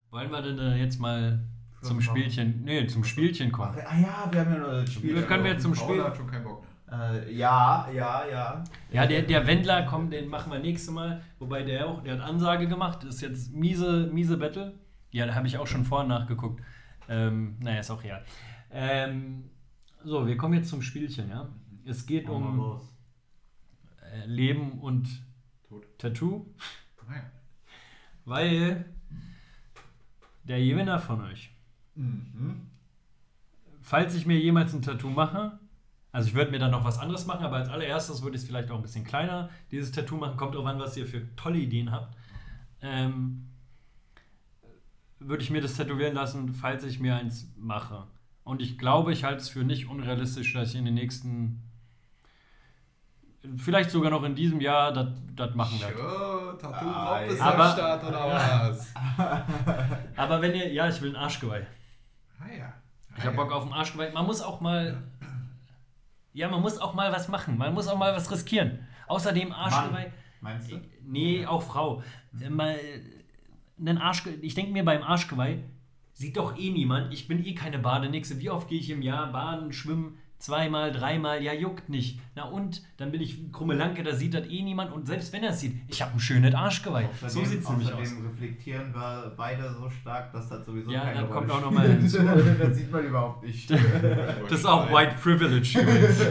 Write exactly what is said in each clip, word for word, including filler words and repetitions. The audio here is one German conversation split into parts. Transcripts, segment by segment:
Wollen wir denn äh, jetzt mal zum Spielchen, nee, zum Spielchen kommen? Ach, ah ja, wir haben ja noch das Spiel. Wir können wir jetzt zum Paul Spiel. hat schon keinen Bock mehr. Äh, ja, ja, ja. Ja, der, der Wendler, komm, den machen wir nächstes Mal. Wobei der auch, der hat Ansage gemacht. Das ist jetzt miese, miese Battle. Ja, da habe ich auch schon vorhin nachgeguckt. Ähm, naja, ist auch real. Ähm, so, wir kommen jetzt zum Spielchen, ja. Es geht Hau mal um raus. äh, Leben und Tod. Tattoo. Nein. Weil der Gewinner von euch, Mhm. falls ich mir jemals ein Tattoo mache, also ich würde mir dann noch was anderes machen, aber als allererstes würde ich es vielleicht auch ein bisschen kleiner, dieses Tattoo machen, kommt drauf an, was ihr für tolle Ideen habt, ähm, würde ich mir das tätowieren lassen, falls ich mir eins mache. Und ich glaube, ich halte es für nicht unrealistisch, dass ich in den nächsten, vielleicht sogar noch in diesem Jahr, das machen werde. Sure, Tattoo Ah, Rob ist aber- am Start oder was? Aber wenn ihr, ja, ich will ein Arschgeweih. Ah ja. Ich habe Bock auf ein Arschgeweih. Man muss auch mal, ja, man muss auch mal was machen. Man muss auch mal was riskieren. Außerdem Arschgeweih. Mann, meinst du? Nee, auch Frau. Mal, einen Arschge ich denke mir beim Arschgeweih, sieht doch eh niemand. Ich bin eh keine Badenixe. Wie oft gehe ich im Jahr baden, schwimmen? Zweimal, dreimal, ja, juckt nicht. Na und? Dann bin ich krumme Lanke, da sieht das eh niemand. Und selbst wenn er es sieht, ich habe ein schönes Arschgeweih. So Außerdem- sieht es nämlich aus. Außerdem reflektieren wir beide so stark, dass das sowieso Ja, keine dann kommt Rolle auch noch mal hinzu. spielt. Das sieht man überhaupt nicht. Das ist auch White Privilege übrigens.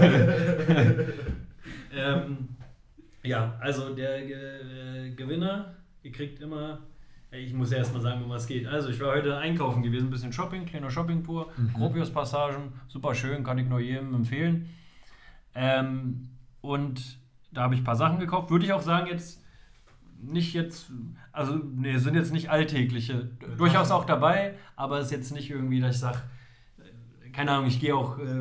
ähm, ja, also der Ge- äh, Gewinner, ihr kriegt immer, ich muss ja erstmal sagen, um was es geht. Also ich war heute einkaufen gewesen, ein bisschen Shopping, kleiner Shopping-Tour, Mhm. Gropius-Passagen, super schön, kann ich nur jedem empfehlen. Ähm, und da habe ich ein paar Sachen gekauft, würde ich auch sagen jetzt, nicht jetzt, also nee, sind jetzt nicht alltägliche, durchaus auch dabei, aber es ist jetzt nicht irgendwie, dass ich sage, keine Ahnung, ich gehe auch äh,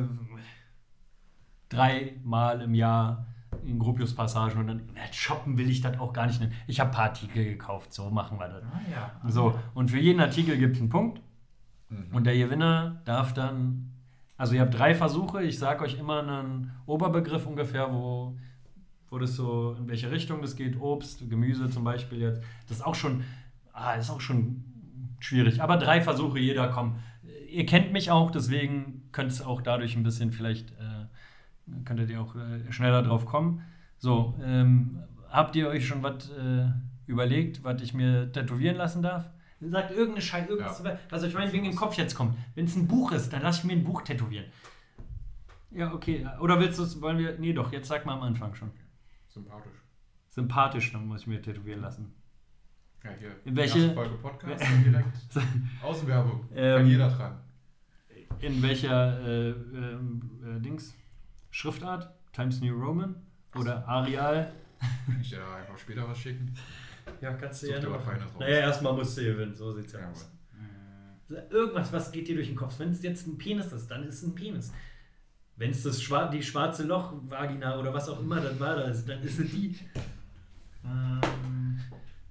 dreimal im Jahr in Gropius-Passagen und dann na, shoppen will ich das auch gar nicht nennen. Ich habe ein paar Artikel gekauft, so machen wir das. Ah, ja. So, und für jeden Artikel gibt es einen Punkt Mhm. und der Gewinner darf dann, also ihr habt drei Versuche, ich sage euch immer einen Oberbegriff ungefähr, wo, wo das so, in welche Richtung das geht, Obst, Gemüse zum Beispiel jetzt, das ist auch schon, ah, ist auch schon schwierig, aber drei Versuche, jeder kommt. Ihr kennt mich auch, deswegen könnt es auch dadurch ein bisschen vielleicht, äh, könntet ihr auch äh, schneller drauf kommen. So, ähm, habt ihr euch schon was äh, überlegt, was ich mir tätowieren lassen darf? Sagt irgendeine Scheiße, irgendwas, Ja. was euch meinetwegen im Kopf jetzt kommt. Wenn es ein Buch ist, dann lasse ich mir ein Buch tätowieren. Ja, okay. Oder willst du es, wollen wir, nee doch, jetzt sag mal am Anfang schon. Sympathisch. Sympathisch, dann muss ich mir tätowieren lassen. Ja, hier. In welche- Erste Folge Podcast direkt. Außenwerbung. Ähm, Kann jeder tragen. In welcher äh, ähm, äh, Dings? Schriftart? Times New Roman? Oder Arial? Kann ich dir da einfach später was schicken? Ja, kannst Such dir was Feines raus. Naja, erstmal musst du gewinnen, so sieht's ja Ja, aus. Irgendwas, was geht dir durch den Kopf? Wenn es jetzt ein Penis ist, dann ist es ein Penis. Wenn es das Schwa- die schwarze Loch, Vagina oder was auch immer das war, das, dann ist es die. Ähm,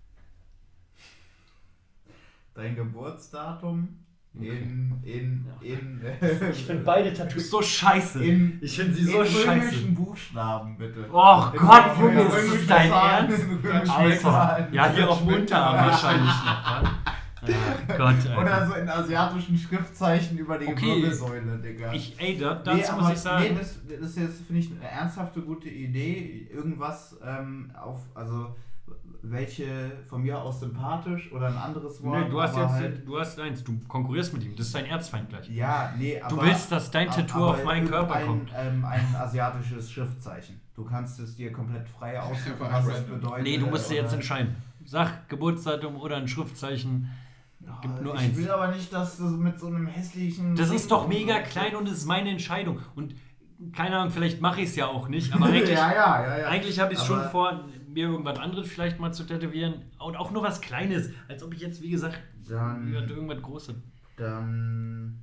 dein Geburtsdatum in in in Ich finde beide Tattoos so scheiße. in, Ich finde sie in so scheiße. römischen Buchstaben, bitte. Och In Gott, römischen- Junge, in ist das römischen dein Zahlen, Ernst? in römischen Alter. Zahlen. Ja, hier auf dem Unterarm wahrscheinlich noch. Ja? Ach Gott, Alter. Oder so in asiatischen Schriftzeichen über die Okay. Wirbelsäule, Digga. Ich, ey, da, dazu Nee, muss aber- ich sagen. Nee, das, das ist jetzt, finde ich, eine ernsthafte gute Idee. Irgendwas ähm, auf, also welche von mir aus sympathisch oder ein anderes Wort. Nee, du hast aber jetzt, halt, du hast eins, du konkurrierst mit ihm, das ist dein Erzfeind gleich. ja, nee, aber. Du willst, dass dein Tattoo aber auf meinen Körper ein, kommt. Ähm, ein asiatisches Schriftzeichen. Du kannst es dir komplett frei aussuchen, Einfach was es random. bedeutet. Nee, du musst dir jetzt oder- entscheiden. Sag Geburtsdatum oder ein Schriftzeichen. Gibt nur ich eins. will aber nicht, dass du mit so einem hässlichen. Das ist doch mega klein und es ist meine Entscheidung. Und keine Ahnung, vielleicht mache ich es ja auch nicht, aber eigentlich, ja, ja, ja, ja. eigentlich habe ich es schon Aber- vor, mir irgendwas anderes vielleicht mal zu tätowieren. Und auch nur was Kleines. Als ob ich jetzt, wie gesagt, Dann- irgendwas Großes. Dann.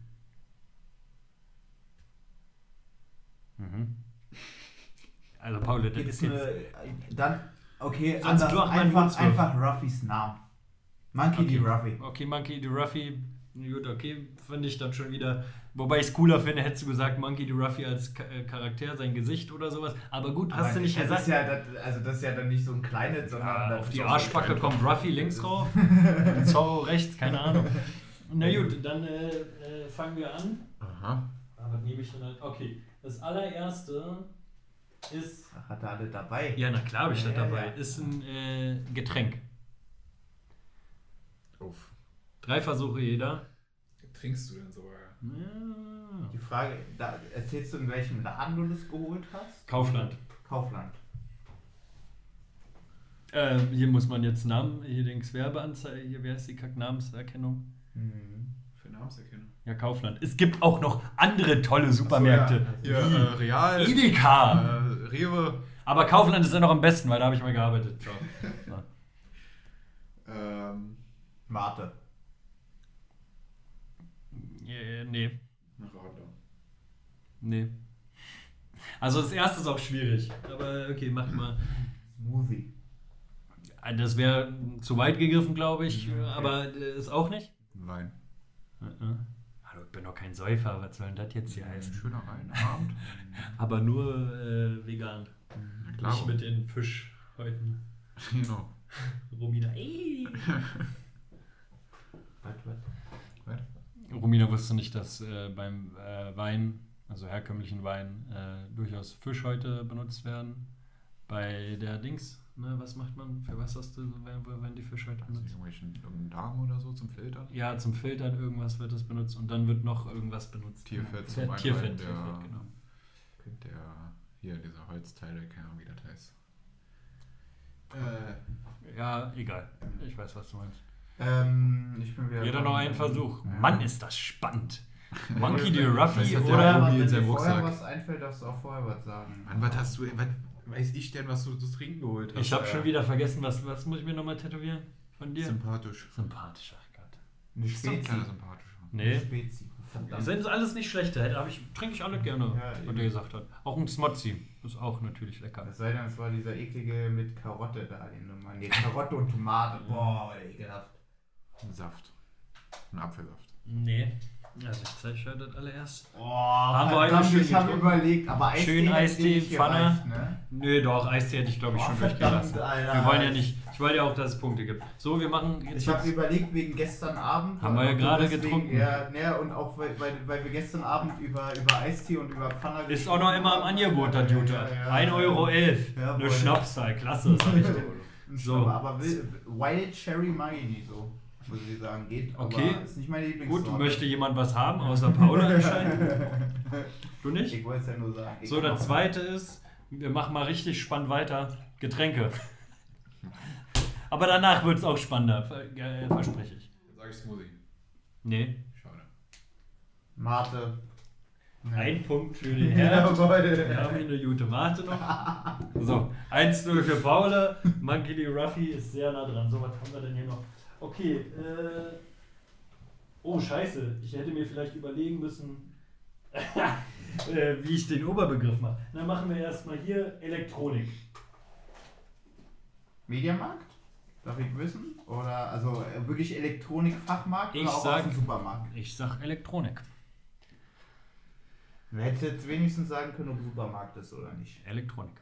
Mhm. Also Paul, das Gibt's ist jetzt... eine, dann. Okay, Sonst anders, du auch mal einen einfach, Mundswurf. einfach Ruffys Namen. Monkey D. Okay. Ruffy. Okay, Monkey D. Ruffy. Gut, okay, finde ich dann schon wieder. Wobei ich es cooler finde, hättest du gesagt, Monkey D. Ruffy als K- äh, Charakter, sein Gesicht oder sowas. Aber gut, hast Aber du nicht das gesagt. Ist ja, das, also das ist ja dann nicht so ein kleines, sondern Ja, das auf ist die auch so ein Arschbacke kleines- kommt Ruffy links drauf, und Zorro rechts, keine Ahnung. Na gut, dann äh, äh, fangen wir an. Aha. Aber nehme ich dann halt. Okay, das allererste ist. Ach, hat er alle dabei? Ja, na klar habe ich Ja, das ja, dabei. ja. Ist ein äh, Getränk. Uff. Drei Versuche jeder. Trinkst du denn sogar? Ja. Die Frage, da, erzählst du, in welchem Laden du das geholt hast? Kaufland. Kaufland. Äh, hier muss man jetzt Namen, hier den Werbeanzeige, hier, wer ist die Kack-Namenserkennung? Mhm. Für Namenserkennung. Ja, Kaufland. Es gibt auch noch andere tolle Supermärkte. So, ja. Hier, äh, Real. Edeka. Äh, Rewe. Aber Kaufland ist ja noch am besten, weil da habe ich mal gearbeitet. So. So. Ähm. Mate. Äh, nee. Radler. Nee. Also das erste ist auch schwierig. Aber okay, mach mal. Smoothie. Das wäre zu weit gegriffen, glaube ich. Okay. Aber äh, ist auch nicht. Wein. Uh -uh. Hallo, ich bin doch kein Säufer. Was soll denn das jetzt hier Ein heißen? schöner Wein am Abend. Aber nur äh, vegan. Na klar. Nicht mit den Fischhäuten. Genau. Romina. Ey. Was, was? Romina wusste nicht, dass äh, beim äh, Wein, also herkömmlichen Wein, äh, durchaus Fischhäute benutzt werden. Bei der Dings, ne, was macht man? Für was hast du, wenn, wenn die Fischhäute Also benutzt? irgendwelchen irgendeinen Darm oder so zum Filtern? Ja, zum Filtern irgendwas wird das benutzt und dann wird noch irgendwas benutzt. Tierfett Ja, zum Einweihen Tierfett, der, Tierfett, genau. der, hier, diese Holzteile, keine Ahnung, wie das heißt. Äh, Ja, egal. Ich weiß, was du meinst. Ähm, ich bin wieder. Jeder noch einen Versuch. Ja. Mann, ist das spannend. Monkey D. Was Ruffy ist der oder... Robi in Wenn seinem dir vorher Rucksack? was einfällt, darfst du auch vorher was sagen. Mann, was hast du, was weiß ich denn, was du zu trinken geholt hast? Ich habe Äh, schon wieder vergessen, was, was muss ich mir nochmal tätowieren von dir? Sympathisch. Sympathisch, ach Gott. Eine Ist doch ein Spezi. kleiner sympathischer. Nee. Spezi. Das sind alles nicht schlechte, hätte habe ich trinke ich alle gerne, Ja, was eben. der gesagt hat. Auch ein Smotzi, ist auch natürlich lecker. Es sei denn, es war dieser eklige mit Karotte da, den du mal. Nee, Karotte und Tomate. Boah, ekelhaft. Ein Saft. Ein Apfelsaft. Nee. Also ich zeige euch das allererst. Oh, Haben wir heute verdammt, schön ich habe getrunken. überlegt, aber Eistee Schön hätte Eistee, dir nicht Pfanne. gereicht, ne? Nö, doch, Eistee hätte ich glaube ich Oh, schon verdammt, durchgelassen. Alter. Wir wollen ja nicht, ich wollte ja auch, dass es Punkte gibt. So, wir machen jetzt... Ich habe überlegt wegen gestern Abend. Haben wir ja ob du gerade deswegen- getrunken. Ja, ne, und auch weil, weil, weil wir gestern Abend über, über Eistee und über Pfanne Ist auch noch immer im Angebot, das Jute. Ja, ja, ein ja. Euro elf. Ja, Eine wohl. Schnapszahl, klasse, das hab ich dir. So. So. Aber will, Wild Cherry mag ich nicht so, muss ich sagen. Geht, Okay. aber ist nicht meine Lieblingssorte. Gut, möchte jemand was haben, außer Paula anscheinend? Du nicht? Ich wollte es ja nur sagen. Ich So, kann das auch- zweite ist, wir machen mal richtig spannend weiter. Getränke. Aber danach wird es auch spannender, ver äh, verspreche ich. Dann sage ich Smoothie. Nee. Schade. Mate. Ja. Ein Punkt für den Herrn. Wir Jawohl. haben hier eine gute Mate noch. So, eins null für Paula. Monkey D. Ruffy ist sehr nah dran. So, was haben wir denn hier noch? Okay, äh. Oh, scheiße. Ich hätte mir vielleicht überlegen müssen, äh, wie ich den Oberbegriff mache. Dann machen wir erstmal hier Elektronik. Mediamarkt? Darf ich wissen? Oder also äh, wirklich Elektronikfachmarkt Ich oder auch sag- aus dem Supermarkt? Ich sag Elektronik. Du hättest jetzt wenigstens sagen können, ob Supermarkt ist oder nicht. Elektronik.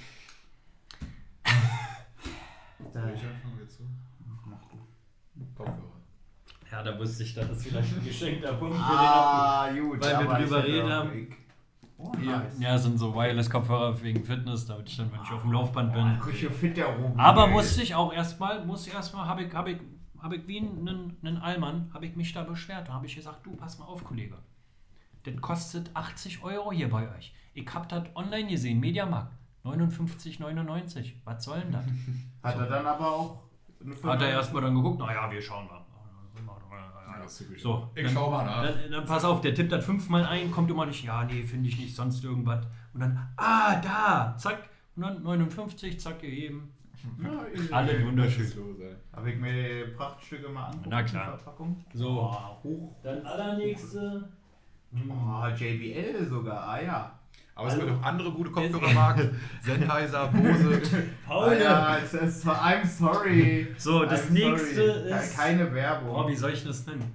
Da, Welcher fangen wir zu? mach du. Kopfhörer. Ja, da wusste ich, dass das vielleicht ein geschenkter Punkt für Ah, gut. Weil wir aber drüber ich hätte reden auch- haben. ich- Oh, den Ja, nice. ja, sind so Wireless-Kopfhörer wegen Fitness, damit ich dann, wenn ich auf dem Laufband bin. Oh, richtig fit der Robi. Aber ey. musste ich auch erstmal, musste erstmal, habe ich, habe ich, habe ich wie einen, einen Allmann, habe ich mich da beschwert. Da habe ich gesagt, du, pass mal auf, Kollege. Das kostet achtzig Euro hier bei euch. Ich habe das online gesehen, Mediamarkt. neunundfünfzig neunundneunzig. Was soll denn das? Hat er dann aber auch. eine Firma- Hat er erstmal dann geguckt, naja, wir schauen mal. Ja, das ist typisch. So, Ich dann- schau mal nach. Dann, dann pass auf, der tippt dann fünfmal ein, kommt immer nicht, ja, nee, finde ich nicht, sonst irgendwas. Und dann, ah, da, zack, und dann neunundfünfzig, zack, gegeben. Ja, easy. Alle wunderschön. Was ist los, ey? Habe ich mir die Prachtstücke mal angeguckt. Na klar. die Verpackung. So, Oh, hoch. dann allernächste. Oh, J B L sogar, ah ja. Aber es Also- gibt auch andere gute Kopfhörermarken. Sennheiser, Bose. Ah, ja, es ist, I'm sorry. So, das I'm nächste sorry. ist- Ke- Keine Werbung. Boah, wie soll ich das nennen?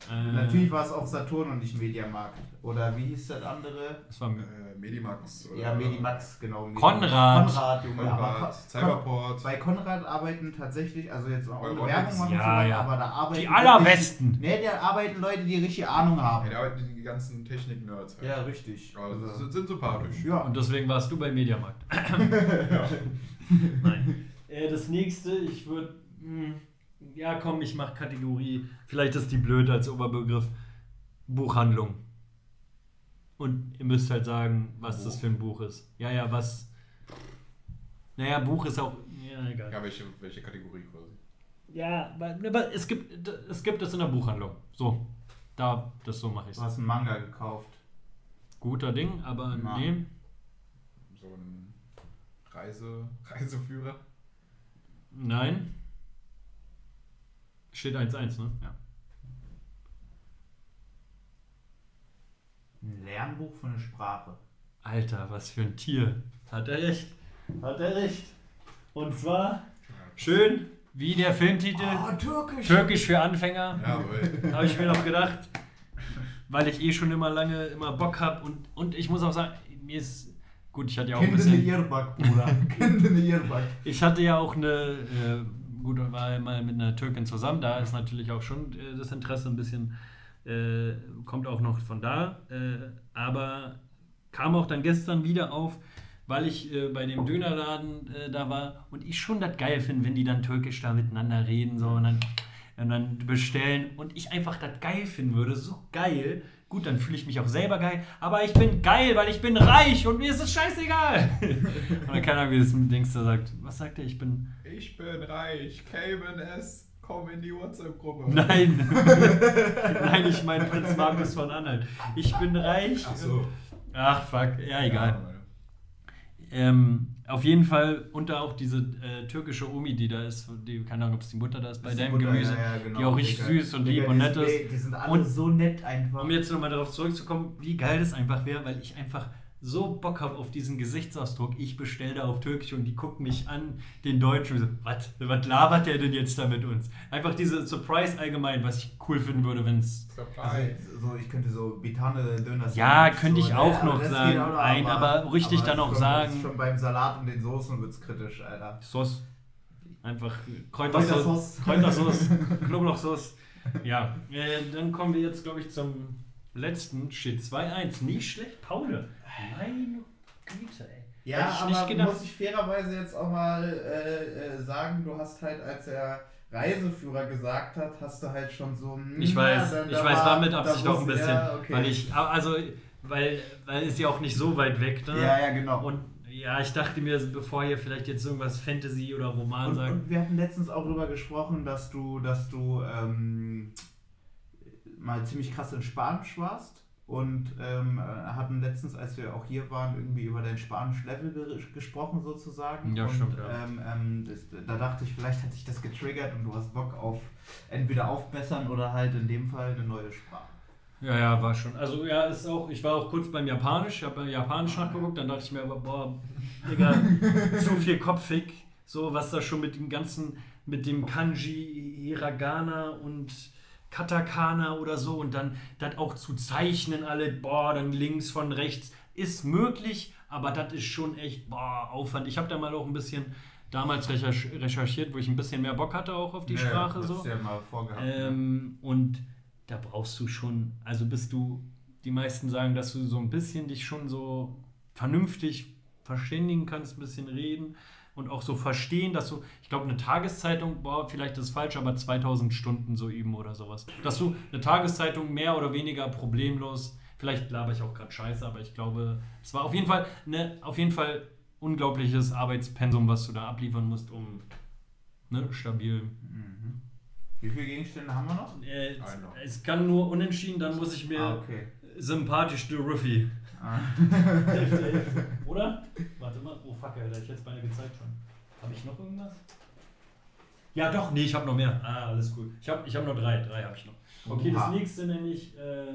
Äh, Natürlich war es auch Saturn und nicht Mediamarkt. Oder wie hieß das andere? Das war Äh, Medimax. Oder Ja, Medimax, genau. Konrad. Konrad, Junge. Aber Konrad, Kon- Cyberport. Bei Konrad arbeiten tatsächlich, also jetzt auch ohne Euronics. Werbung machen Ja, zu wollen, ja. aber da arbeiten Die wirklich- allerbesten. Ne, da arbeiten Leute, die richtig Ahnung Ja, haben. die arbeiten die ganzen Technik-Nerds halt. Ja, richtig. Also, Also, sind, sind sympathisch. ja. Und deswegen warst du bei Mediamarkt. Ja. Nein. Äh, das nächste, ich würde. Ja, komm, ich mach Kategorie. Vielleicht ist die blöd als Oberbegriff. Buchhandlung. Und ihr müsst halt sagen, was Buch. das für ein Buch ist. Ja, ja, was. Naja, Buch ist auch. Ja, egal. Ja, welche, welche Kategorie quasi? Ja, aber, aber es gibt es gibt es in der Buchhandlung. So. Da, das so mache ich Du hast einen Manga gekauft. Guter Ding, aber Na. nee. So ein Reise, Reiseführer? Nein. Steht eins eins, ne? Ja. Ein Lernbuch für eine Sprache. Alter, was für ein Tier. Hat er recht. Hat er recht. Und zwar schön, wie der Filmtitel. Oh, türkisch! Türkisch für Anfänger. Jawohl. Habe ich mir noch gedacht. Weil ich eh schon immer lange immer Bock habe. Und, und ich muss auch sagen, mir ist. Gut, ich hatte ja auch ein Kendine bisschen. Irbak, Bruder. Kendine Irbak. Ich hatte ja auch eine. Äh, gut, war mal mit einer Türkin zusammen. Da ist natürlich auch schon äh, das Interesse ein bisschen. Äh, kommt auch noch von da. Äh, aber kam auch dann gestern wieder auf, weil ich äh, bei dem Dönerladen äh, da war und ich schon das geil finde, wenn die dann türkisch da miteinander reden so, und, dann, und dann bestellen und ich einfach das geil finden würde, so geil. Gut, dann fühle ich mich auch selber geil, aber ich bin geil, weil ich bin reich und mir ist es scheißegal. Und dann keine Ahnung, wie das Dings da sagt. Was sagt er? Ich bin... Ich bin reich, Cayman S, komm in die WhatsApp-Gruppe. Nein. Nein, ich meine Prinz Markus von Anhalt. Ich bin reich. Ach so. Ach, fuck. Ja, egal. Ja, Ähm, auf jeden Fall unter auch diese äh, türkische Omi, die da ist, die, keine Ahnung, ob es die Mutter da ist, bei Das ist deinem die Mutter, Gemüse, ja, ja, genau, die auch richtig Digga. süß und Digga, lieb und die nett sind- ist. Die sind alle Und- so nett einfach. Um jetzt nochmal darauf zurückzukommen, wie geil das einfach wäre, weil ich einfach so Bock habe auf diesen Gesichtsausdruck. Ich bestelle da auf Türkisch und die gucken mich an, den Deutschen, und so, was, was labert der denn jetzt da mit uns? Einfach diese Surprise allgemein, was ich cool finden würde, wenn es... Surprise. Also, so, ich könnte so Bitane Döner Ja, Sandwich könnte so, ich ne? auch Aber noch das sagen. geht auch noch, Ein, aber richtig aber dann auch schon, sagen. Schon beim Salat und den Soßen wird es kritisch, Alter. Sauce. Einfach Kräutersauce, Kräutersauce. Kräutersauce, Knoblauchsauce. Ja, äh, dann kommen wir jetzt, glaube ich, zum letzten. Steht zwei eins. Nicht schlecht, Paul. Meine Güte, ey. Ja, Hätte ich nicht aber gedacht. muss ich fairerweise jetzt auch mal äh, äh, sagen, du hast halt, als der Reiseführer gesagt hat, hast du halt schon so... hm, Ich weiß, ja, da- ich da weiß, war mit da Absicht auch ein wusste- bisschen. ja, okay. Weil ich, also, weil, weil ist ja auch nicht so weit weg, ne? Ja, ja, genau. Und ja, ich dachte mir, bevor ihr vielleicht jetzt irgendwas Fantasy oder Roman Und, sagt. und wir hatten letztens auch darüber gesprochen, dass du, dass du ähm, mal ziemlich krass in Spanisch warst. Und ähm, hatten letztens, als wir auch hier waren, irgendwie über dein Spanisch-Level ge gesprochen sozusagen. Ja, und, stimmt, ja. Ähm, ähm, das, da dachte ich, vielleicht hat dich das getriggert und du hast Bock auf entweder aufbessern oder halt in dem Fall eine neue Sprache. Ja, ja, war schon. Also ja, ist auch, ich war auch kurz beim Japanisch, ich habe beim Japanisch nachgeguckt, dann dachte ich mir aber, boah, Digga, zu viel kopfig, so was da schon mit dem ganzen, mit dem Kanji, Hiragana und Katakana oder so und dann das auch zu zeichnen alle, boah, dann links von rechts, ist möglich, aber das ist schon echt, boah, Aufwand. Ich habe da mal auch ein bisschen damals recherch recherchiert, wo ich ein bisschen mehr Bock hatte auch auf die Ja, Sprache hast so. du ja mal vorgehabt. Ähm, und da brauchst du schon, also bist du, die meisten sagen, dass du so ein bisschen dich schon so vernünftig verständigen kannst, ein bisschen reden und auch so verstehen, dass du, ich glaube, eine Tageszeitung, boah, vielleicht ist es falsch, aber zweitausend Stunden so üben oder sowas. Dass du eine Tageszeitung mehr oder weniger problemlos, vielleicht laber ich auch gerade scheiße, aber ich glaube, es war auf jeden Fall, ne, auf jeden Fall unglaubliches Arbeitspensum, was du da abliefern musst, um ne, stabil. Mhm. Wie viele Gegenstände haben wir noch? Äh, Ein noch. es kann nur unentschieden, dann muss ich mir Ah, okay. sympathisch der Ruffy. Ah. Hälfte, Hälfte. Oder? Warte mal. Oh fuck, Alter, ich jetzt beide gezeigt schon. Habe ich noch irgendwas? Ja doch, nee, ich habe noch mehr. Ah, alles gut. Ich habe ich hab noch drei. Drei habe ich noch. Okay, das Oha. nächste nenne ich. Äh,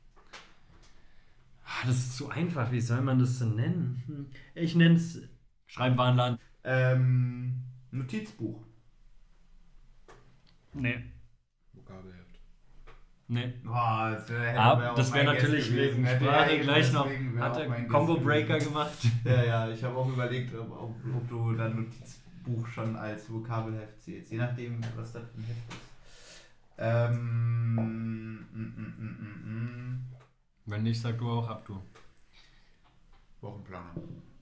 ah, das ist zu einfach. Wie soll man das denn nennen? Hm. Ich nenne es Schreibwarenladen. Ähm, Notizbuch. Nee. Vokabelheft. Nee. Boah, das wäre Ah, wär auch das wäre mein Guess natürlich gewesen. wegen Hätte Sprache er gleich noch. deswegen wär Hat auch er mein Guess Combo gewesen. Breaker gemacht. Ja, ja, ich habe auch überlegt, ob, ob, ob du dein Notizbuch schon als Vokabelheft zählst, je nachdem, was das für ein Heft ist. Ähm, mm, mm, mm, mm, mm. Wenn nicht, sag du auch ab, du. Wochenplaner.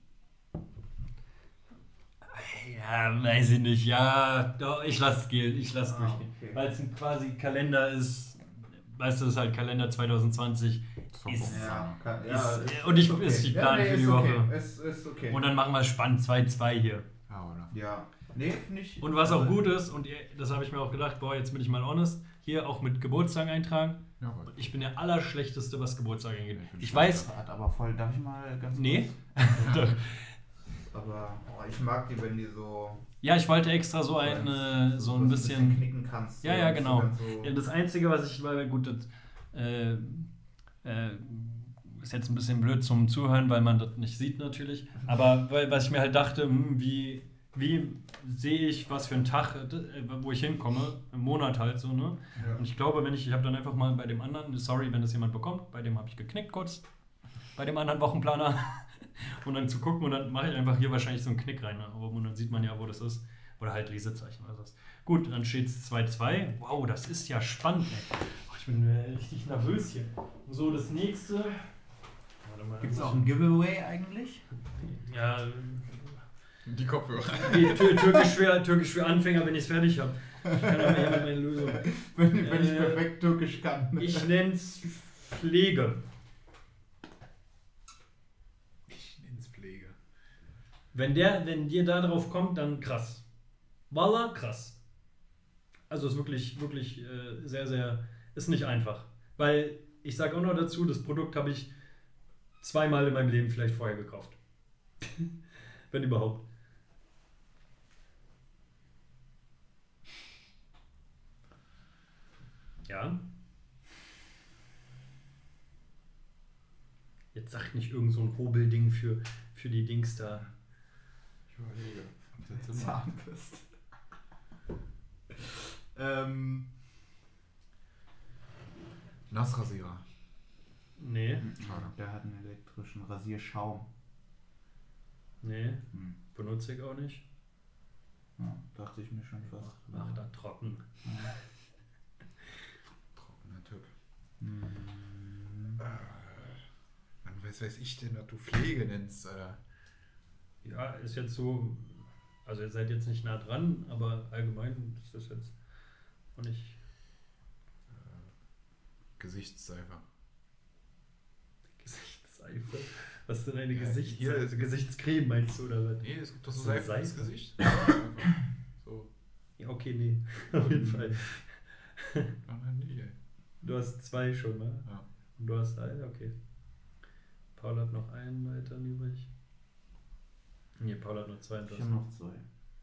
Ja, weiß ich nicht. Ja, doch, ich lasse es gehen. Ich lasse es Ah, durchgehen. okay. Weil es ein quasi Kalender ist. Weißt du, es ist halt Kalender zwanzig zwanzig. So, Ist- Ja, kann, ja, ist, ist, und ich okay. ist die Ja, Plan nee, für die ist okay. Woche. Ist, ist okay. Und dann machen wir spannend zwei zwei hier. Ja, oder? Ja, nee, finde ich. Und was auch also, gut ist, und ihr- das habe ich mir auch gedacht, boah, jetzt bin ich mal honest, hier auch mit Geburtstag eintragen. Ja, aber Ich bin der Allerschlechteste, was Geburtstag angeht. Ich bin Ich schon weiß, Hat aber voll, darf ich mal ganz nee. kurz? Aber oh, ich mag die, wenn die so. Ja, ich wollte extra so ein, äh, so ein was du bisschen. knicken kannst. Ja, so, ja, dass du genau. dann So Ja, das Einzige, was ich, weil gut, das äh, äh, ist jetzt ein bisschen blöd zum Zuhören, weil man das nicht sieht natürlich. Aber weil, was ich mir halt dachte, hm, wie, wie sehe ich, was für einen Tag, äh, wo ich hinkomme, im Monat halt so, ne? ja. Und ich glaube, wenn ich, ich habe dann einfach mal bei dem anderen, sorry, wenn das jemand bekommt, bei dem habe ich geknickt kurz, bei dem anderen Wochenplaner. Und dann zu gucken und dann mache ich einfach hier wahrscheinlich so einen Knick rein nach oben und dann sieht man ja, wo das ist. Oder halt Lesezeichen oder was. Gut, dann steht es zwei zwei. Wow, das ist ja spannend, ey. Oh, ich bin äh, richtig nervös hier. So, das nächste. Warte mal. Gibt es auch ein Giveaway eigentlich? Ja, die Kopfhörer. nee, tür türkisch, für, türkisch für Anfänger, wenn ich es fertig habe. Ich kann aber hier mit meiner Lösung. Wenn, wenn ich Äh, perfekt Türkisch kann. Ich nenne es Pflege. Ich nenn's Pflege. Wenn, der, wenn dir da drauf kommt, dann krass. Wallah, krass. Also ist wirklich, wirklich äh, sehr, sehr, ist nicht einfach. Weil ich sage auch noch dazu, das Produkt habe ich zweimal in meinem Leben vielleicht vorher gekauft. Wenn überhaupt. Ja. Jetzt sagt nicht irgend so ein Hobelding für, für die Dings da. Ich überlege. Ob das Zimmer- Zahnbürste. ähm. Nassrasierer. Nee, Schade. Der hat einen elektrischen Rasierschaum. nee, Hm. benutze ich auch nicht. Ja, dachte ich mir schon fast. Ach, da trocken. Ja. Trockener Typ. Hm. Äh, Mann, was weiß ich denn, dass du Pflege nennst? Äh, Ja, ist jetzt so, also ihr seid jetzt nicht nah dran, aber allgemein ist das jetzt auch nicht Gesichtsseife. Gesichtsseife. Was ist denn eine Ja, Gesichtsseife? hier- Also Gesichtscreme meinst du oder was? Nee, es gibt doch So so eine Seife ins Seife? Gesicht. Einfach so. Ja, okay, nee, auf jeden Fall. Ja, nein, nee, ey. Du hast zwei schon, ne? Ja. Und du hast einen, okay. Paul hat noch einen weiter übrig. Nee, Paul hat noch zwei. und du Ich hast habe noch zwei.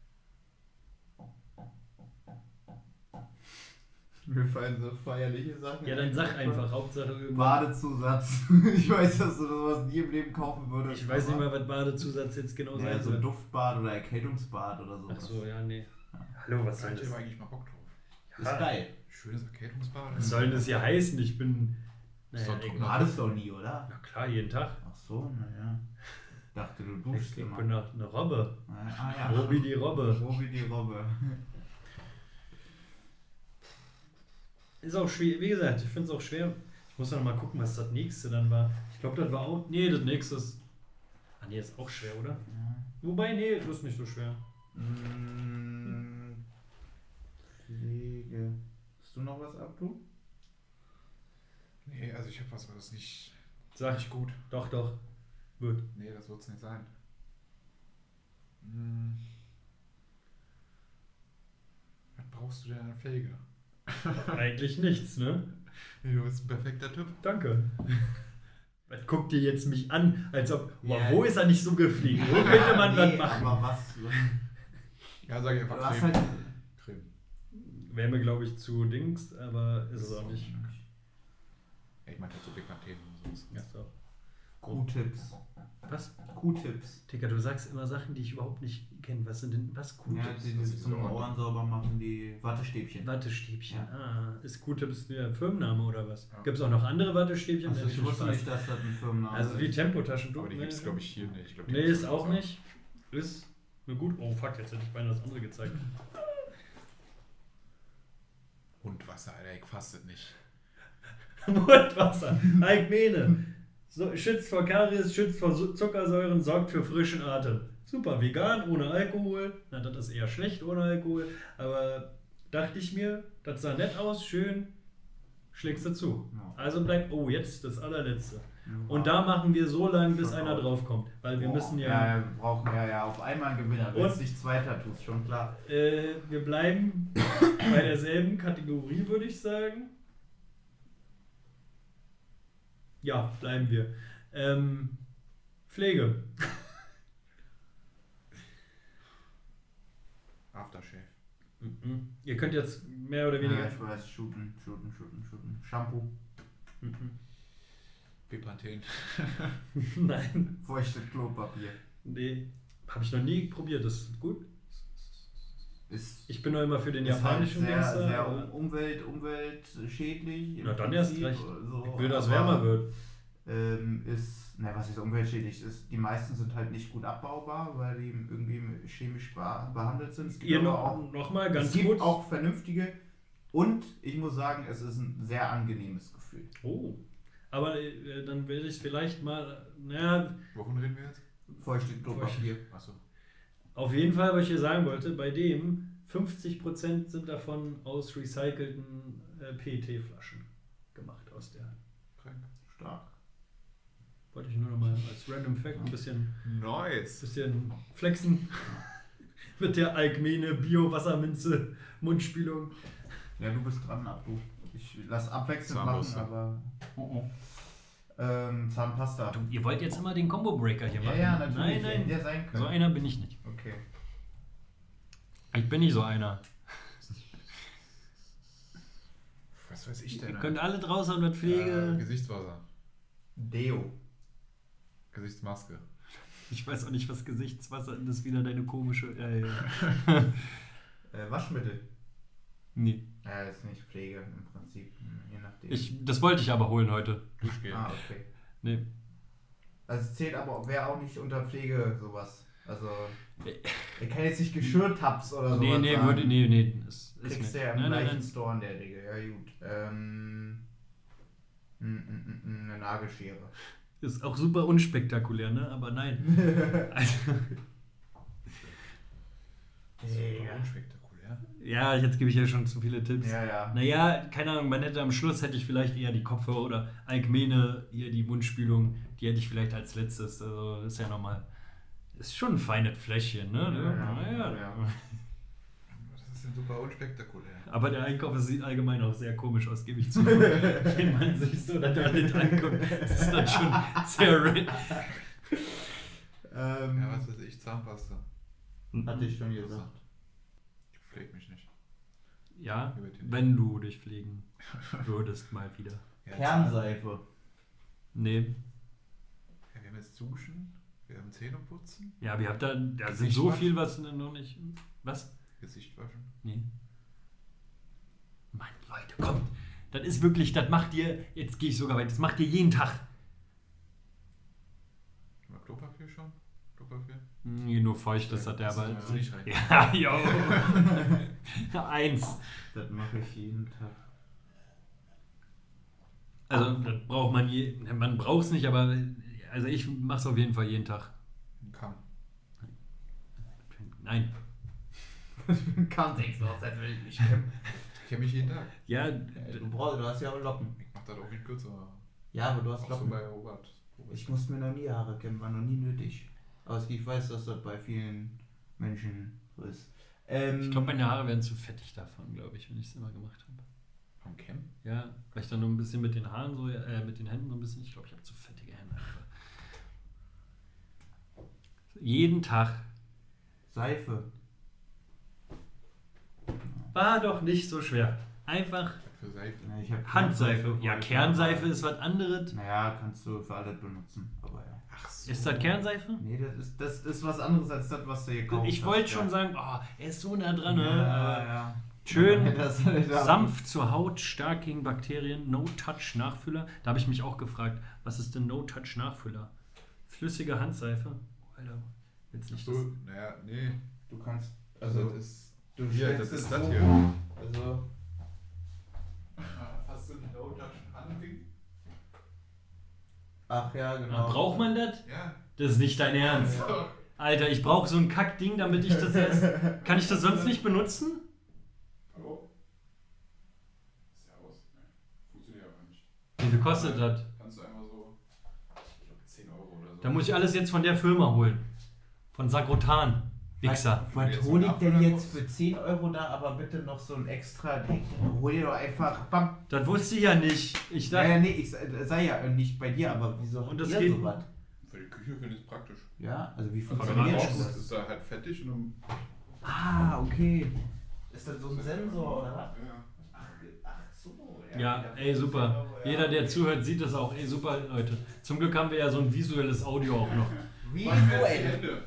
Mir fallen so feierliche Sachen. Ja, dann sag einfach, Hauptsache irgendwann. Badezusatz. Ich weiß, dass du sowas nie im Leben kaufen würdest. Ich weiß nicht aber- mal, was Badezusatz jetzt genau Ja, sein so soll. Duftbad oder Erkältungsbad oder so. Ach so, ja, nee. Hallo, was Da soll hätte ich das? aber eigentlich mal Bock drauf. Ist geil. Schönes Erkältungsbad. Was soll denn das hier heißen? Ich bin. Ist Naja, doch egal. trocken. Badest doch nie, oder? Ja klar, jeden Tag. Ach so, naja. Dachte, du duschst Ich immer. bin noch eine Robbe. Ah ja. Robi die Robbe. Robi die Robbe. Ist auch schwer, wie gesagt, ich finde es auch schwer. Ich muss noch mal gucken, was das nächste dann war. Ich glaube, das war auch. Nee, das nächste ist. Ah, nee, ist auch schwer, oder? Ja. Wobei, nee, das ist nicht so schwer. Mm, Pflege. Hast du noch was ab, du? Nee, also ich habe was, was nicht, Sag nicht gut. Doch, doch. Wird. Nee, das wird es nicht sein. Hm. Was brauchst du denn an Pflege? Eigentlich nichts, ne? Du bist ein perfekter Typ. Danke. Was guckt ihr jetzt mich an, als ob. Boah, Ja. wo ist er nicht so gepflegt? Wo könnte man nee, was machen? Aber was? Ja, sag ich einfach Was Creme. halt. Creme. Wäre mir, glaube ich, zu Dings, aber ist es auch nicht. Ja, ich meinte halt so Dekanten und sowas. Ja, so. Q-Tips. Was? Q-Tips. Digga, du sagst immer Sachen, die ich überhaupt nicht kenne. Was sind denn, was Ja, Q-Tips? die, das die ist zum so ordentlich. Ohren sauber machen, die Wattestäbchen. Wattestäbchen. Ja. Ah, ist Q-Tips der Firmenname oder was? Ja. Gibt es auch noch andere Wattestäbchen? Also Nennt ich sich wusste Spaß. nicht, dass das ein Firmenname Also wie ist. Tempotaschentuch. Aber die gibt es, glaube ich, hier nicht. Ich glaub, die Nee, gibt's ist in auch den U S A. nicht. Ist mir gut. Oh fuck, jetzt hätte ich beinahe das andere gezeigt. Hundwasser, Alter, ich fasse das nicht. Mundwasser, Alkmene. So, schützt vor Karies, schützt vor Su- Zuckersäuren, sorgt für frischen Atem. Super, vegan, ohne Alkohol. Na, das ist eher schlecht ohne Alkohol. Aber dachte ich mir, das sah nett aus, schön. Schlägst du zu. Ja. Also bleibt, oh, jetzt das allerletzte. Ja. Und da machen wir so lange, bis Schon einer auch. draufkommt. Weil wir Boah, müssen ja, ja, ja, wir brauchen ja, ja auf einmal einen Gewinner. Wenn Und- es nicht zwei Tattoos, schon klar. äh, wir bleiben bei derselben Kategorie, würde ich sagen. Ja, bleiben wir. Ähm, Pflege. Aftershave. Mhm. Ihr könnt jetzt mehr oder weniger. Ja, ich weiß, shooten, shooten, shooten, shooten. Shampoo, Mhm. Bepanthen. Nein, feuchtes Klopapier. nee, habe ich noch nie probiert. Das ist gut. Ist, Ich bin noch immer für den ist halt japanischen sehr, Dings da, sehr aber- um, Umwelt, umweltschädlich. im Na dann erst Prinzip, recht. So, Ich will, dass aber, wärmer wird. Ähm, ist, na was ist umweltschädlich? Ist, die meisten sind halt nicht gut abbaubar, weil die irgendwie chemisch beh- behandelt sind. Es gibt Ihr aber noch, auch, noch mal ganz es gibt kurz. auch vernünftige und ich muss sagen, es ist ein sehr angenehmes Gefühl. Oh, aber äh, dann will ich vielleicht mal, naja, Wovon reden wir jetzt? Feuchtes Klopapier. Achso. auf jeden Fall, was ich hier sagen wollte, bei dem fünfzig Prozent sind davon aus recycelten äh, P E T-Flaschen gemacht aus der. Krank. Stark. Wollte ich nur noch mal als Random Fact ein bisschen, Nice. bisschen flexen mit der Alkmene Bio-Wasserminze Mundspülung. Ja, du bist dran, Abdu. Ich lass abwechselnd Zahnbürste. machen, aber. Oh, oh. Ähm, Zahnpasta. Du, ihr wollt jetzt immer den Combo-Breaker hier Ja, machen. ja, natürlich. Nein, nein, Hätte ja sein können. so einer bin ich nicht. Okay. Ich bin nicht so einer. Was weiß ich Ihr denn? könnt alle draußen mit Äh, Pflege. Gesichtswasser. Deo. Gesichtsmaske. Ich weiß auch nicht, was Gesichtswasser das ist wieder deine komische. Äh, Äh, Waschmittel. nee. Ja, ist nicht Pflege im Prinzip. Je nachdem. Ich, das wollte ich aber holen heute. Duschgel. Ah, okay. Nee. Also es zählt aber, wäre auch nicht unter Pflege sowas. Also, er kann jetzt nicht Geschirrtabs oder sowas Nee, nee, sagen. würde, nee, nee. Ist, ist Kriegst du nicht. ja im Nein, nein, gleichen nein. Store in der Regel. Ja, gut. Ähm, m, m, m, eine Nagelschere. Ist auch super unspektakulär, ne? Aber nein. Also, Super unspektakulär. ja, jetzt gebe ich ja schon zu viele Tipps. Ja, ja. Naja, keine Ahnung, man hätte am Schluss hätte ich vielleicht eher die Kopfhörer oder Alkmene, hier die Mundspülung, die hätte ich vielleicht als letztes. Also ist ja nochmal. Ist schon ein feines Fläschchen, ne? Ja, ja, Naja. ja. Das ist ja super unspektakulär. Aber der Einkauf sieht allgemein auch sehr komisch aus, gebe ich zu. Wenn man sich so da nicht anguckt, das ist dann schon sehr red. Ähm, Ja, was weiß ich, Zahnpasta. hatte ich schon gesagt. Ich pflege mich nicht. Ja, Über den- wenn du dich pflegen würdest mal wieder. Ja, Kernseife. Nee. Ja, wir haben jetzt Duschen, wir haben Zähneputzen, Ja, aber ihr habt da, da sind Gesicht so waschen. viel, was noch nicht. Was? Gesicht waschen. Nee. Mann, Leute, kommt. Das ist wirklich, das macht ihr, jetzt gehe ich sogar weit, das macht ihr jeden Tag. Haben wir Klopapier schon? Klopapier? Nee, nur feucht ist das, der Das aber. ist nicht rein. Ja, jo. Eins. Das mache ich jeden Tag. Also, das braucht man je, man braucht es nicht, aber also ich mache es auf jeden Fall jeden Tag. Ein Kamm. Nein. Kann nichts aus, das will ich nicht kämpfen. Ich kenne mich jeden Tag. Ja, Du, brauchst, du hast ja auch Locken. Ich mache das auch viel kürzer. Ja, aber du hast Auch so Locken. bei Robert. Robert. Ich musste mir noch nie Haare kämmen, war noch nie nötig. Aber ich weiß, dass das bei vielen Menschen so ist. Ähm, ich glaube, meine Haare werden zu fettig davon, glaube ich, wenn ich es immer gemacht habe. Vom Cam? Ja, weil ich dann nur ein bisschen mit den Haaren so, äh, mit den Händen so ein bisschen, ich glaube, ich habe zu fettige Hände. einfach. Jeden Tag. Seife. War doch nicht so schwer. Einfach Für Seife. Ja, ich hab Handseife. Kernseife, Ja, wollte ich Kernseife aber- ist was anderes. Naja, kannst du für alles benutzen. Aber ja. Ach so. Ist das Kernseife? Nee, das ist, das ist was anderes als das, was du hier kaufst. Ich wollte schon sagen, oh, er ist so nah dran. Ja, Ne? ja. Schön, Das- das- sanft zur Haut, stark gegen Bakterien, No-Touch-Nachfüller. Da habe ich mich auch gefragt, was ist denn No-Touch-Nachfüller? Flüssige Handseife? Oh, Alter, jetzt nicht das. So, naja, nee. Du kannst, Also, also, das ist. du Hier, stellst das es ist das so, hier. Also, Hast du ein No-Touch-Handling? ach ja, Ah, genau. braucht man das? Ja. Das ist nicht dein Ernst. So. Alter, ich brauche so ein Kackding, damit ich das erst... Kann ich das sonst nicht benutzen? Hallo? Ist ja aus. Ne? Funktioniert aber nicht. Wie viel kostet das? Kannst du einmal so, ich glaube zehn Euro oder so. Da muss ich alles jetzt von der Firma holen. Von Sagrotan. Wichser. Was Jetzt so hol ich ein denn Abfüller jetzt kostet? für zehn Euro da, aber bitte noch so ein extra Ding? Hol dir doch einfach, bam. Das wusste ich ja nicht. Ich dachte... Naja, nee, ich sei sei ja nicht bei dir, aber wieso Und habt das ihr geht- sowas? Für die Küche finde ich es praktisch. Ja, also wie Also wenn du funktioniert brauchst, das? ist da halt fettig und dann. Ah, okay. Ist das so ein Sensor oder was? Ja. Ach, ach so. Ja, ey, super. Jeder, der zuhört, sieht das auch. Ey, super, Leute. Zum Glück haben wir ja so ein visuelles Audio auch noch. Wie Was wäre die cool. Hände?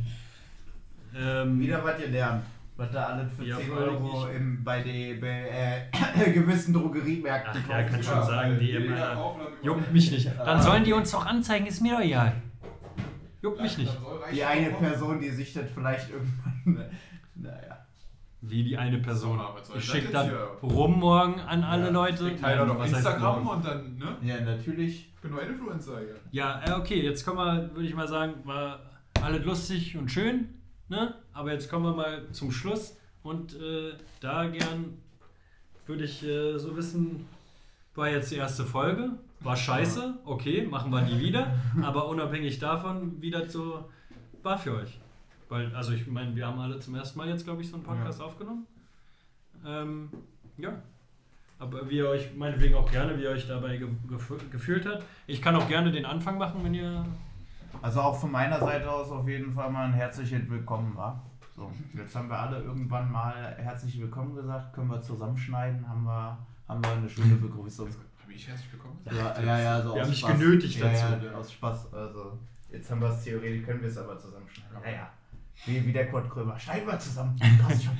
Ähm, Wieder was gelernt. Was da alles für Ja, zehn vor allem Euro ich- im, bei den bei, äh, gewissen Drogeriemärkten Ach ja, kann gekauft schon wird. sagen, die Jeder immer- kaufen, dann Juckt überall- mich nicht. Dann sollen die uns doch anzeigen, ist mir doch egal. Juckt mich nicht. Dann soll reichen Die eine auch- Person, die sich das vielleicht irgendwann. Naja. Wie die eine Person. So, was soll Ich das schicke jetzt dann hier? rum morgen an alle Ja, Leute. Schickt Tyler doch Was heißt Instagram morgen? und dann, ne? Ja, natürlich. Ich bin nur Influencer hier. Ja, äh, okay, jetzt kommen wir, würde ich mal sagen, war alles lustig und schön, ne? Aber jetzt kommen wir mal zum Schluss und äh, da gern würde ich äh, so wissen, war jetzt die erste Folge, war scheiße, okay, machen wir nie wieder, aber unabhängig davon, wie das so war für euch. Weil, also ich meine, wir haben alle zum ersten Mal jetzt, glaube ich, so einen Podcast aufgenommen. Ähm, ja. Aber wie ihr euch, meinetwegen auch gerne, wie ihr euch dabei ge gef gefühlt hat. Ich kann auch gerne den Anfang machen, wenn ihr... Also auch von meiner Seite aus auf jeden Fall mal ein herzliches Willkommen, wa? So, jetzt haben wir alle irgendwann mal herzlich willkommen gesagt, können wir zusammenschneiden, haben wir, haben wir eine schöne Begrüßung. Habe ich herzlich willkommen? Ja, ja, ja, so Wir aus haben dich Spaß. genötigt ja, dazu. Ja, aus Spaß. Also, jetzt haben wir es theoretisch, können wir es aber zusammenschneiden. Ja, ja. Wie, wie der Kurt Krömer. Schneiden wir zusammen. Passt schon.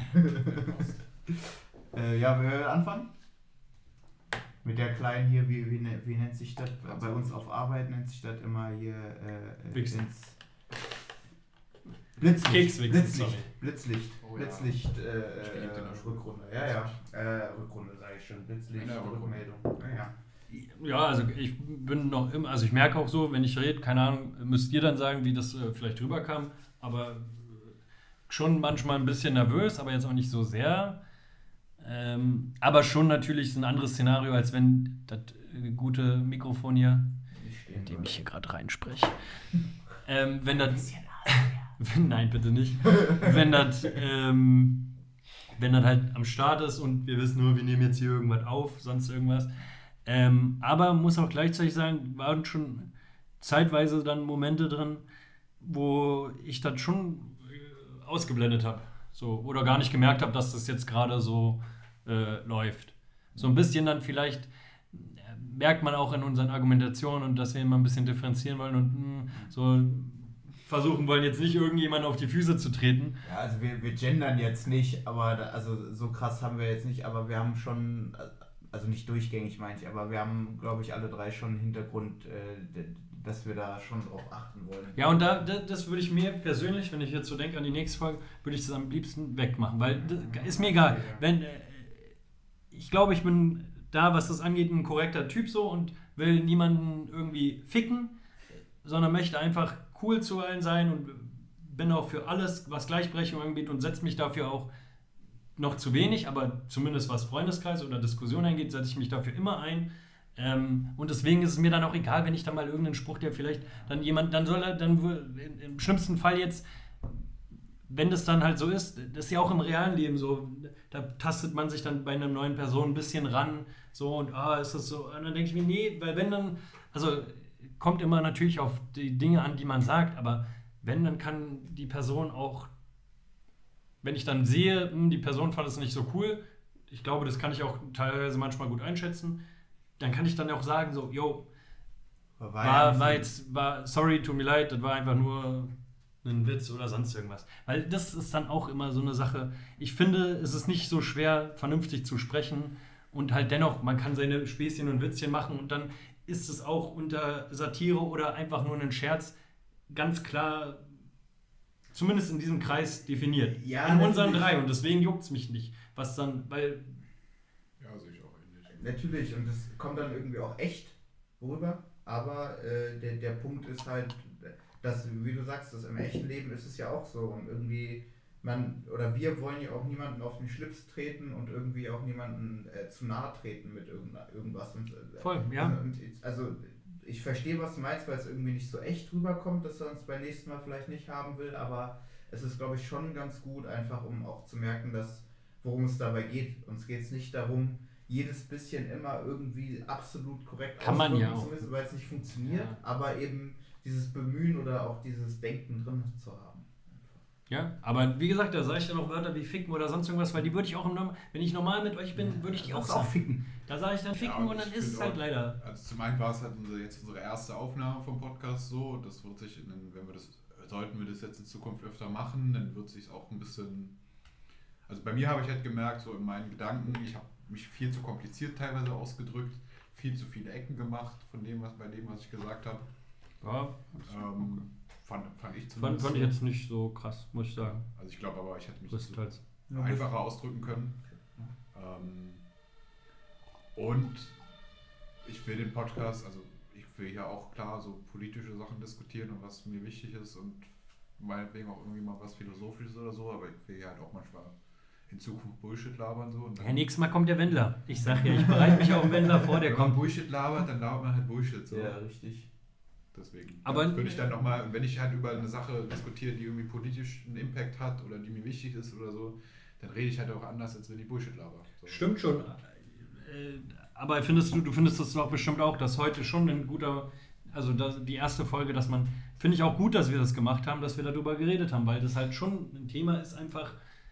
äh, ja, wir werden anfangen. Mit der kleinen hier, wie, wie, ne- wie nennt sich das? Bei uns auf Arbeit nennt sich das immer hier äh, äh, Wichsen. ins Blitzlicht. Kekswichsen, Blitzlicht. sorry. Blitzlicht. Oh ja. Blitzlicht. Äh, Ich geliebte in der äh, Schule. Rückrunde. Ja, ja. Äh, Rückrunde sage ich schon. Blitzlicht. In der Rückrunde. Rückmeldung. Ja, ja. Ja, also ich bin noch immer, also ich merke auch so, wenn ich rede, keine Ahnung, müsst ihr dann sagen, wie das äh, vielleicht rüberkam, aber äh, schon manchmal ein bisschen nervös, aber jetzt auch nicht so sehr. Ähm, aber schon natürlich ein anderes Szenario, als wenn das äh, gute Mikrofon hier, in dem ich hier gerade reinspreche, ähm, wenn das, wenn, nein, bitte nicht, wenn das, ähm, wenn das halt am Start ist und wir wissen nur, wir nehmen jetzt hier irgendwas auf, sonst irgendwas. Ähm, aber muss auch gleichzeitig sagen, waren schon zeitweise dann Momente drin, wo ich das schon äh, ausgeblendet habe. So, oder gar nicht gemerkt habe, dass das jetzt gerade so äh, läuft. So ein bisschen dann vielleicht äh, merkt man auch in unseren Argumentationen und dass wir immer ein bisschen differenzieren wollen und mh, so versuchen wollen, jetzt nicht irgendjemanden auf die Füße zu treten. Ja, also wir, wir gendern jetzt nicht, aber da, also so krass haben wir jetzt nicht, aber wir haben schon, also nicht durchgängig meine ich, aber wir haben, glaube ich, alle drei schon einen Hintergrund, äh, dass wir da schon drauf achten wollen. Ja, und da, da das würde ich mir persönlich, wenn ich jetzt so denke an die nächste Folge, würde ich das am liebsten wegmachen, weil das ist mir egal. Wenn, äh, ich glaube, ich bin da, was das angeht, ein korrekter Typ so und will niemanden irgendwie ficken, sondern möchte einfach cool zu allen sein und bin auch für alles, was Gleichberechtigung angeht und setze mich dafür auch noch zu wenig, aber zumindest was Freundeskreis oder Diskussion angeht, setze ich mich dafür immer ein. Ähm, und deswegen ist es mir dann auch egal, wenn ich da mal irgendeinen Spruch, der vielleicht dann jemand, dann soll er, dann w- im schlimmsten Fall jetzt, wenn das dann halt so ist, das ist ja auch im realen Leben so, da tastet man sich dann bei einer neuen Person ein bisschen ran, so und ah, ist das so, und dann denke ich mir, nee, weil wenn dann, also kommt immer natürlich auf die Dinge an, die man sagt, aber wenn, dann kann die Person auch, wenn ich dann sehe, hm, die Person fand es nicht so cool, ich glaube, das kann ich auch teilweise manchmal gut einschätzen, dann kann ich dann auch sagen, so, yo, War, War, ja war nicht jetzt, war, sorry, tut mir leid, das war einfach nur ein Witz oder sonst irgendwas. Weil das ist dann auch immer so eine Sache. Ich finde, es ist nicht so schwer, vernünftig zu sprechen und halt dennoch, man kann seine Späßchen und Witzchen machen und dann ist es auch unter Satire oder einfach nur ein Scherz ganz klar, zumindest in diesem Kreis definiert. Ja, an unseren natürlich. drei und deswegen juckt es mich nicht. Was dann, weil, Ja, sehe ich auch ähnlich. Natürlich, und das kommt dann irgendwie auch echt rüber, aber äh, der, der Punkt ist halt, dass, wie du sagst, das im echten Leben ist es ja auch so und irgendwie, man, oder wir wollen ja auch niemanden auf den Schlips treten und irgendwie auch niemanden äh, zu nahe treten mit irgend, irgendwas. Und, äh, voll, ja. Also, und, also ich verstehe, was du meinst, weil es irgendwie nicht so echt rüberkommt, dass er uns beim nächsten Mal vielleicht nicht haben will, aber es ist, glaube ich, schon ganz gut, einfach um auch zu merken, dass, worum es dabei geht. Uns geht es nicht darum, jedes bisschen immer irgendwie absolut korrekt Kann man ja ausdrücken auch. zu müssen, weil es nicht funktioniert, Ja. aber eben dieses Bemühen oder auch dieses Denken drin zu haben. Ja, aber wie gesagt, da sage ich dann auch Wörter wie ficken oder sonst irgendwas, weil die würde ich auch, im Norm- wenn ich normal mit euch bin, würde ich die auch Das ist auch sagen. ficken. Da sage ich dann ficken Ja, und dann ich ist es find halt auch- leider. Also zum einen war es halt unsere, jetzt unsere erste Aufnahme vom Podcast so, das wird sich, in, den- wenn wir das, sollten wir das jetzt in Zukunft öfter machen, dann wird sich auch ein bisschen, also bei mir habe ich halt gemerkt, so in meinen Gedanken, ich habe mich viel zu kompliziert teilweise ausgedrückt, viel zu viele Ecken gemacht von dem, was bei dem, was ich gesagt habe. Ja, Ähm, fand, fand ich fand, zumindest. fand ich so. jetzt nicht so krass, muss ich sagen. Also ich glaube aber, ich hätte mich Größtenteils. so einfacher ausdrücken können. Ähm, und ich will den Podcast, also ich will ja auch klar so politische Sachen diskutieren und was mir wichtig ist und meinetwegen auch irgendwie mal was Philosophisches oder so, aber ich will ja halt auch manchmal in Zukunft Bullshit labern so. Und Ja, nächstes Mal kommt der Wendler. Ich sag ja, ich bereite mich auf den Wendler vor, der wenn man kommt. Bullshit labert, dann labert man halt Bullshit so. richtig. Deswegen Aber- würde ich dann nochmal, wenn ich halt über eine Sache diskutiere, die irgendwie politisch einen Impact hat oder die mir wichtig ist oder so, dann rede ich halt auch anders, als wenn ich Bullshit laber. So. Stimmt schon. Äh, Aber findest du, du findest das doch bestimmt auch, dass heute schon ein guter, also das, die erste Folge, dass man, finde ich auch gut, dass wir das gemacht haben, dass wir darüber geredet haben, weil das halt schon ein Thema ist einfach,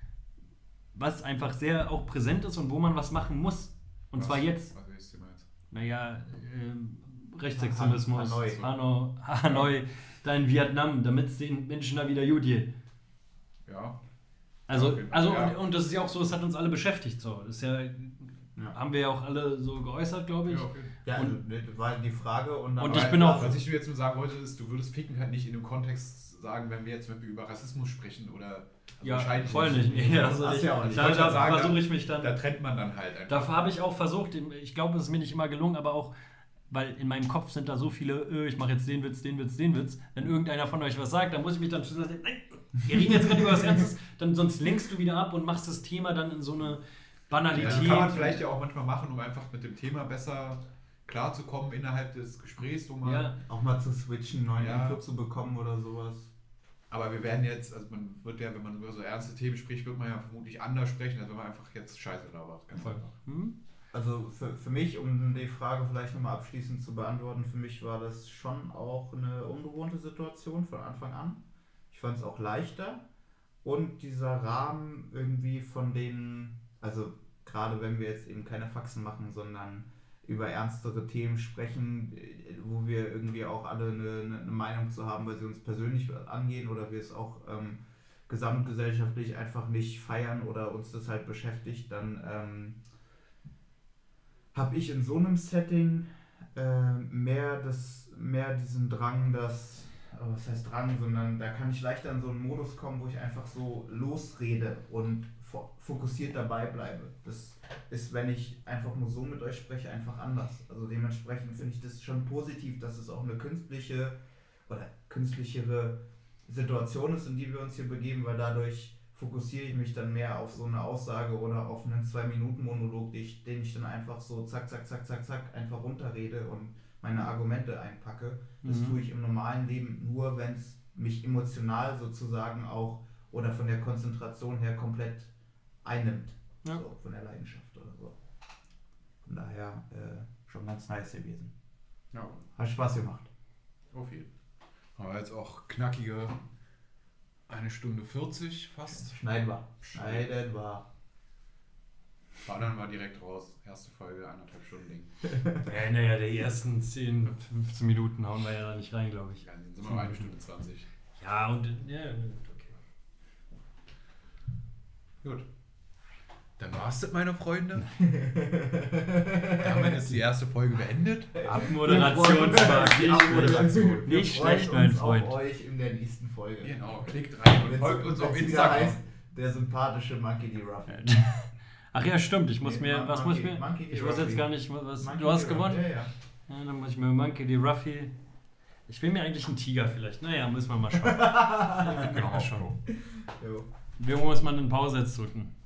was einfach sehr auch präsent ist und wo man was machen muss. Und Was? zwar jetzt. Was ist Thema jetzt? Naja, ähm, Rechtsextremismus, Hanoi. Hanoi, Hanoi, da in Vietnam, damit es den Menschen da wieder gut geht. Ja. Also, Ja, okay. also Ja. und, und das ist ja auch so, das hat uns alle beschäftigt. So. Das ist ja, Ja. haben wir ja auch alle so geäußert, glaube ich. Ja, okay. Ja, Und- also, das war die Frage und dann Und war- ich bin auch- Was ich nur jetzt nur sagen wollte, ist, du würdest Ficken halt nicht in dem Kontext sagen, wenn wir jetzt zum Beispiel über Rassismus sprechen oder. Also Ja, wahrscheinlich voll nicht. Nee, also Hast nicht. du ja auch nicht. Da, Ich wollte da sagen, versuche da- ich mich dann. Da trennt man dann halt einfach. Dafür habe ich auch versucht, ich glaube, es ist mir nicht immer gelungen, aber auch, weil in meinem Kopf sind da so viele, äh, ich mache jetzt den Witz, den Witz, den Witz. Wenn irgendeiner von euch was sagt, dann muss ich mich dann schon sagen, nein, wir reden jetzt gerade über was Ernstes, dann sonst lenkst du wieder ab und machst das Thema dann in so eine Ja, Banalität. das kann man vielleicht ja auch manchmal machen, um einfach mit dem Thema besser klarzukommen innerhalb des Gesprächs. So mal. Ja, auch mal zu switchen, neuen Ja. Input zu bekommen oder sowas. Aber wir werden jetzt, also man wird ja, wenn man über so ernste Themen spricht, wird man ja vermutlich anders sprechen, als wenn man einfach jetzt Scheiße labert. Ganz voll. einfach. Hm? Also für, für mich, um die Frage vielleicht nochmal abschließend zu beantworten, für mich war das schon auch eine ungewohnte Situation von Anfang an. Ich fand es auch leichter und dieser Rahmen irgendwie von den, also gerade wenn wir jetzt eben keine Faxen machen, sondern über ernstere Themen sprechen, wo wir irgendwie auch alle eine, eine Meinung zu haben, weil sie uns persönlich angehen oder wir es auch ähm, gesamtgesellschaftlich einfach nicht feiern oder uns das halt beschäftigt, dann ähm, habe ich in so einem Setting äh, mehr, das, mehr diesen Drang, dass, oh, was heißt Drang, sondern da kann ich leichter in so einen Modus kommen, wo ich einfach so losrede und fo- fokussiert dabei bleibe. Das ist, wenn ich einfach nur so mit euch spreche, einfach anders. Also dementsprechend finde ich das schon positiv, dass es auch eine künstliche oder künstlichere Situation ist, in die wir uns hier begeben, weil dadurch fokussiere ich mich dann mehr auf so eine Aussage oder auf einen zwei-Minuten-Monolog, den ich, den ich dann einfach so zack, zack, zack, zack, zack einfach runterrede und meine Argumente einpacke. Das Mhm. tue ich im normalen Leben nur, wenn es mich emotional sozusagen auch oder von der Konzentration her komplett einnimmt. Ja. So, von der Leidenschaft oder so. Von daher äh, schon ganz nice gewesen. Ja, Hat Spaß gemacht. auf jeden Fall. Aber jetzt auch knackige eine Stunde vierzig fast. Schneiden wir. Schneiden wir. Ballern war direkt raus. Erste Folge, eineinhalb Stunden Ding. Ja, naja, die ersten zehn, fünfzehn Minuten hauen wir ja da nicht rein, glaube ich. Ja, dann sind wir bei eine Stunde zwanzig. Ja, und ja, okay. Gut. Dann war's das, meine Freunde. Damit ist die erste Folge beendet. Abmoderationsmarkt. Abmoderation. Wir Nicht freuen schlecht, mein uns Freund. auf euch in der nächsten Folge. Genau, klickt rein und Wenn's- folgt uns auf wenn's wieder Instagram. heißt, der sympathische Monkey D. Ruffy. Ach ja, stimmt. Ich muss Nee, mir, Mon- was muss ich Monkey- mir? Monkey D. Ich weiß Ruffy. jetzt gar nicht, was. Monkey Du hast D. Ruffy. gewonnen. Ja, ja. Ja, dann muss ich mir Monkey D. Ruffy. Ich will mir eigentlich einen Tiger vielleicht. Naja, müssen wir mal schauen. Ja, genau, schon. Jo. Wir muss man in Pause jetzt drücken.